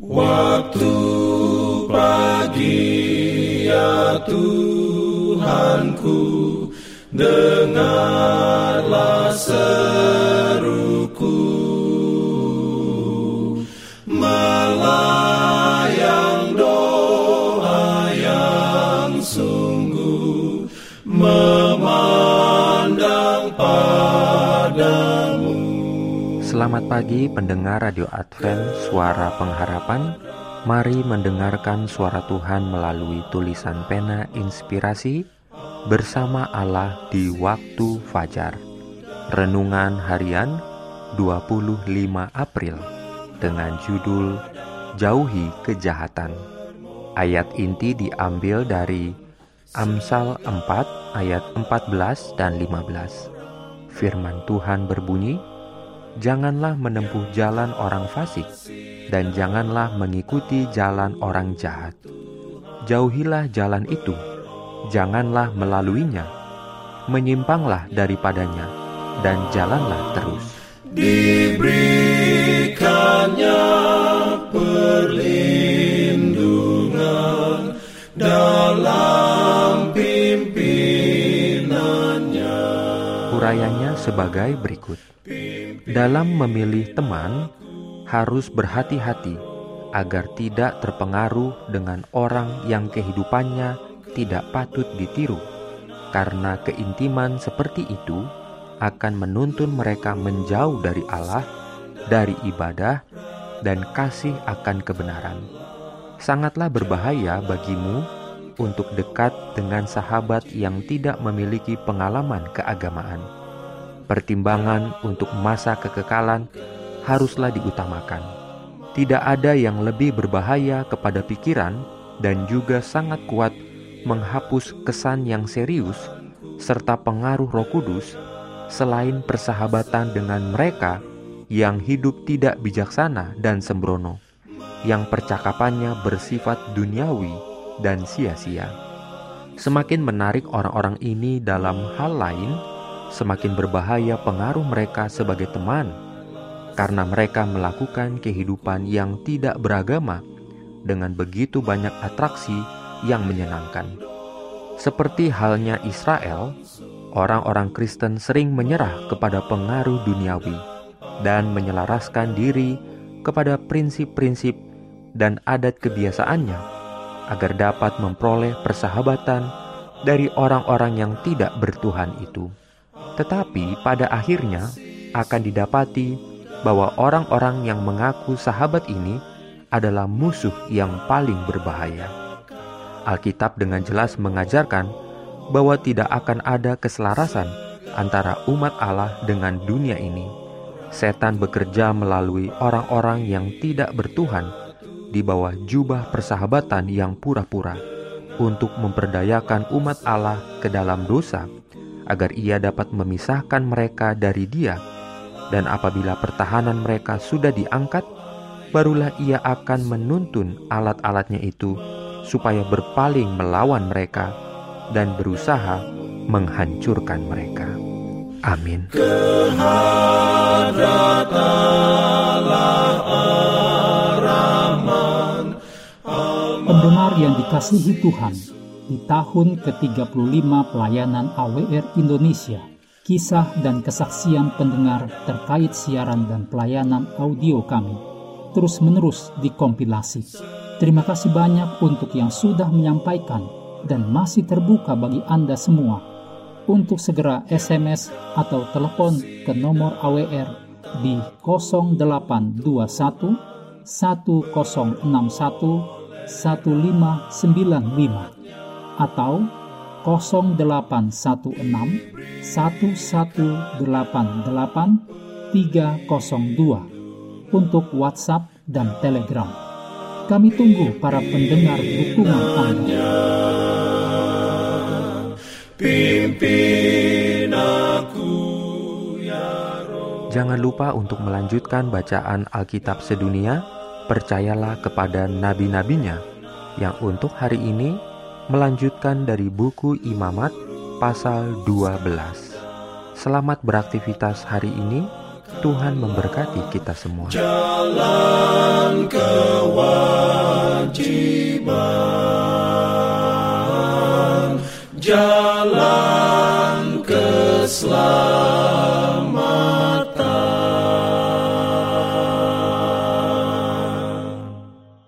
Waktu pagi ya Tuhanku, dengarlah seruku, melayang doa yang sungguh, memandang padamu. Selamat pagi pendengar Radio Advent Suara Pengharapan. Mari mendengarkan suara Tuhan melalui tulisan pena inspirasi bersama Allah di waktu fajar. Renungan harian 25 April dengan judul Jauhi Kejahatan. Ayat inti diambil dari Amsal 4 ayat 14 dan 15. Firman Tuhan berbunyi, "Janganlah menempuh jalan orang fasik, dan janganlah mengikuti jalan orang jahat. Jauhilah jalan itu, janganlah melaluinya. Menyimpanglah daripadanya, dan jalanlah terus." Diberikannya perlindungan dalam pimpinannya. Urayanya sebagai berikut. Dalam memilih teman, harus berhati-hati agar tidak terpengaruh dengan orang yang kehidupannya tidak patut ditiru, karena keintiman seperti itu akan menuntun mereka menjauh dari Allah, dari ibadah, dan kasih akan kebenaran. Sangatlah berbahaya bagimu untuk dekat dengan sahabat yang tidak memiliki pengalaman keagamaan. Pertimbangan untuk masa kekekalan haruslah diutamakan. Tidak ada yang lebih berbahaya kepada pikiran dan juga sangat kuat menghapus kesan yang serius serta pengaruh Roh Kudus selain persahabatan dengan mereka yang hidup tidak bijaksana dan sembrono, yang percakapannya bersifat duniawi dan sia-sia. Semakin menarik orang-orang ini dalam hal lain, semakin berbahaya pengaruh mereka sebagai teman, karena mereka melakukan kehidupan yang tidak beragama dengan begitu banyak atraksi yang menyenangkan. Seperti halnya Israel, orang-orang Kristen sering menyerah kepada pengaruh duniawi dan menyelaraskan diri kepada prinsip-prinsip dan adat kebiasaannya agar dapat memperoleh persahabatan dari orang-orang yang tidak bertuhan itu. Tetapi pada akhirnya akan didapati bahwa orang-orang yang mengaku sahabat ini adalah musuh yang paling berbahaya. Alkitab dengan jelas mengajarkan bahwa tidak akan ada keselarasan antara umat Allah dengan dunia ini. Setan bekerja melalui orang-orang yang tidak bertuhan di bawah jubah persahabatan yang pura-pura untuk memperdayakan umat Allah ke dalam dosa, agar ia dapat memisahkan mereka dari Dia. Dan apabila pertahanan mereka sudah diangkat, barulah ia akan menuntun alat-alatnya itu supaya berpaling melawan mereka dan berusaha menghancurkan mereka. Amin. Pendengar yang dikasihi Tuhan, di tahun ke-35 pelayanan AWR Indonesia, kisah dan kesaksian pendengar terkait siaran dan pelayanan audio kami terus-menerus dikompilasi. Terima kasih banyak untuk yang sudah menyampaikan dan masih terbuka bagi Anda semua untuk segera SMS atau telepon ke nomor AWR di 0821 1061 1595 atau 0816 1188 302 untuk WhatsApp dan Telegram. Kami tunggu para pendengar dukungan Anda. Pimpin aku ya Roh. Jangan lupa untuk melanjutkan bacaan Alkitab sedunia. Percayalah kepada nabi-nabinya yang untuk hari ini melanjutkan dari buku Imamat pasal 12. Selamat beraktivitas hari ini. Tuhan memberkati kita semua. Jalan kewajiban jalan keselamatan.